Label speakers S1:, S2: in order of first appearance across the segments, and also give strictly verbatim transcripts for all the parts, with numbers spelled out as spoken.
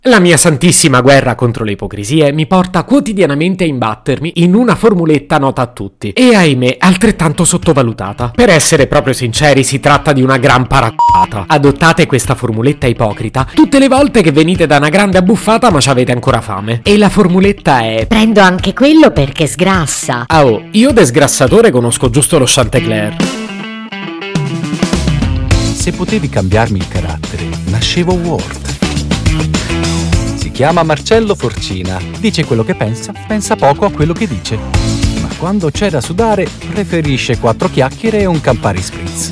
S1: La mia santissima guerra contro le ipocrisie mi porta quotidianamente a imbattermi in una formuletta nota a tutti e ahimè altrettanto sottovalutata. Per essere proprio sinceri, si tratta di una gran paraculata. Adottate questa formuletta ipocrita tutte le volte che venite da una grande abbuffata ma c'avete ancora fame. E la formuletta è:
S2: prendo anche quello perché sgrassa.
S1: Ah oh, io de sgrassatore conosco giusto lo Chantecler.
S3: Se potevi cambiarmi il carattere, nascevo Ward. Si chiama Marcello Forcina, dice quello che pensa, pensa poco a quello che dice. Ma quando c'è da sudare, preferisce quattro chiacchiere e un Campari Spritz.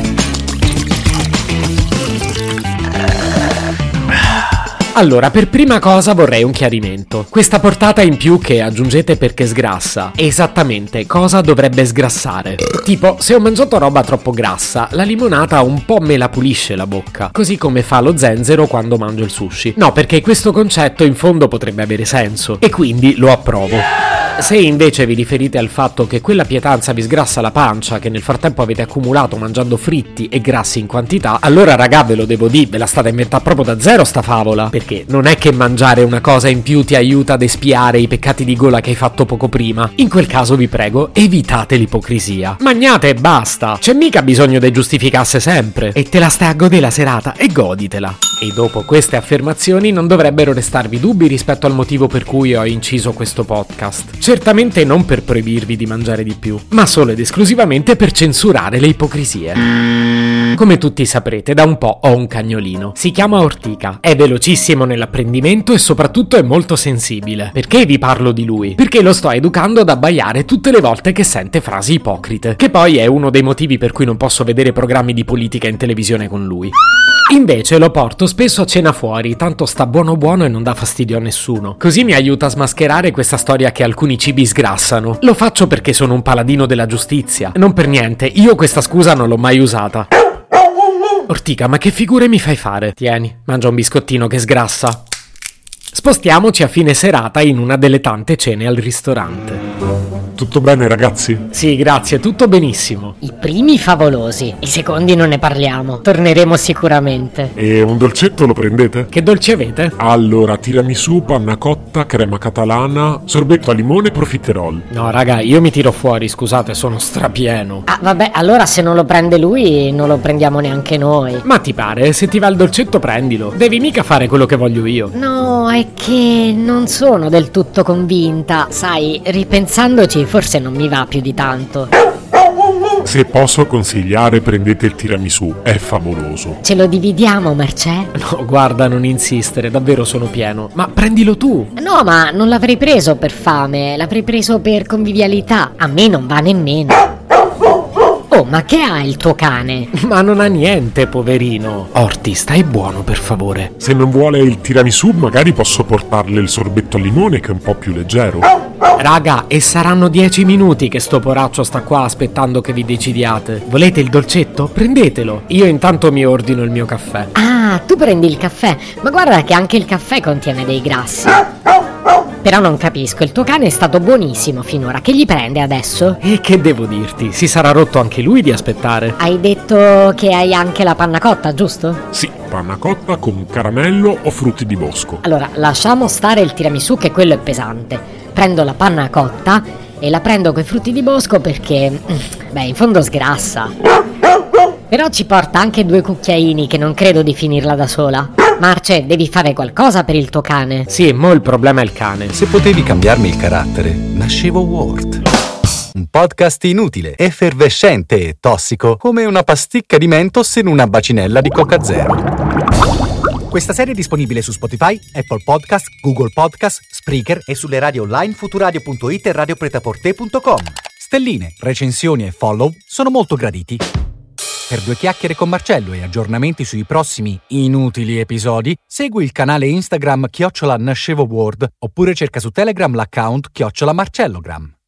S1: Allora, per prima cosa vorrei un chiarimento. Questa portata in più che aggiungete perché sgrassa, esattamente cosa dovrebbe sgrassare? Tipo, se ho mangiato roba troppo grassa, la limonata un po' me la pulisce la bocca, così come fa lo zenzero quando mangio il sushi. No, perché questo concetto in fondo potrebbe avere senso, e quindi lo approvo. Se invece vi riferite al fatto che quella pietanza vi sgrassa la pancia che nel frattempo avete accumulato mangiando fritti e grassi in quantità, allora raga, ve lo devo dire, ve la state inventando proprio da zero sta favola, perché non è che mangiare una cosa in più ti aiuta ad espiare i peccati di gola che hai fatto poco prima. In quel caso vi prego, evitate l'ipocrisia. Magnate e basta, c'è mica bisogno di giustificarsi sempre, e te la stai a godere la serata e goditela. E dopo queste affermazioni non dovrebbero restarvi dubbi rispetto al motivo per cui ho inciso questo podcast. Certamente non per proibirvi di mangiare di più, ma solo ed esclusivamente per censurare le ipocrisie. Come tutti saprete, da un po' ho un cagnolino. Si chiama Ortica, è velocissimo nell'apprendimento e soprattutto è molto sensibile. Perché vi parlo di lui? Perché lo sto educando ad abbaiare tutte le volte che sente frasi ipocrite, che poi è uno dei motivi per cui non posso vedere programmi di politica in televisione con lui. Invece lo porto spesso a cena fuori, tanto sta buono buono e non dà fastidio a nessuno. Così mi aiuta a smascherare questa storia che alcuni cibi sgrassano. Lo faccio perché sono un paladino della giustizia. Non per niente, io questa scusa non l'ho mai usata. Ortica, ma che figure mi fai fare? Tieni, mangia un biscottino che sgrassa. Spostiamoci a fine serata in una delle tante cene al ristorante.
S4: Tutto bene, ragazzi?
S1: Sì, grazie, tutto benissimo.
S2: I primi favolosi, i secondi non ne parliamo. Torneremo sicuramente.
S4: E un dolcetto lo prendete?
S1: Che dolci avete?
S4: Allora, tiramisù, panna cotta, crema catalana, sorbetto a limone e profiterol.
S1: No, raga, io mi tiro fuori, scusate, sono strapieno.
S2: Ah, vabbè, allora se non lo prende lui, non lo prendiamo neanche noi.
S1: Ma ti pare? Se ti va il dolcetto, prendilo. Devi mica fare quello che voglio io.
S2: No, è che non sono del tutto convinta. Sai, ripensandoci, forse non mi va più di tanto.
S4: Se posso consigliare, prendete il tiramisù, è favoloso.
S2: Ce lo dividiamo, Marcè?
S1: No, guarda, non insistere, davvero sono pieno. Ma prendilo tu.
S2: No, ma non l'avrei preso per fame, l'avrei preso per convivialità. A me non va nemmeno. Oh, ma che ha il tuo cane?
S1: Ma non ha niente, poverino. Orti, stai buono, per favore.
S4: Se non vuole il tiramisù, magari posso portarle il sorbetto al limone, che è un po' più leggero.
S1: Raga, e saranno dieci minuti che sto poraccio sta qua aspettando che vi decidiate. Volete il dolcetto? Prendetelo. Io intanto mi ordino il mio caffè.
S2: Ah, tu prendi il caffè. Ma guarda che anche il caffè contiene dei grassi. Però non capisco, il tuo cane è stato buonissimo finora, che gli prende adesso?
S1: E che devo dirti? Si sarà rotto anche lui di aspettare.
S2: Hai detto che hai anche la panna cotta, giusto?
S4: Sì, panna cotta con caramello o frutti di bosco.
S2: Allora, lasciamo stare il tiramisù, che quello è pesante. Prendo la panna cotta e la prendo coi frutti di bosco perché, beh, in fondo sgrassa. Però ci porta anche due cucchiaini, che non credo di finirla da sola. Marce, devi fare qualcosa per il tuo cane.
S1: Sì, mo il problema è il cane.
S3: Se potevi cambiarmi il carattere, nascevo Ward. Un podcast inutile, effervescente e tossico, come una pasticca di Mentos in una bacinella di Coca Zero.
S5: Questa serie è disponibile su Spotify, Apple Podcast, Google Podcast, Spreaker e sulle radio online futuradio punto it e radio pretaporte punto com. Stelline, recensioni e follow sono molto graditi. Per due chiacchiere con Marcello e aggiornamenti sui prossimi inutili episodi, segui il canale Instagram chiocciola nascevo Ward oppure cerca su Telegram l'account chiocciola Marcellogram.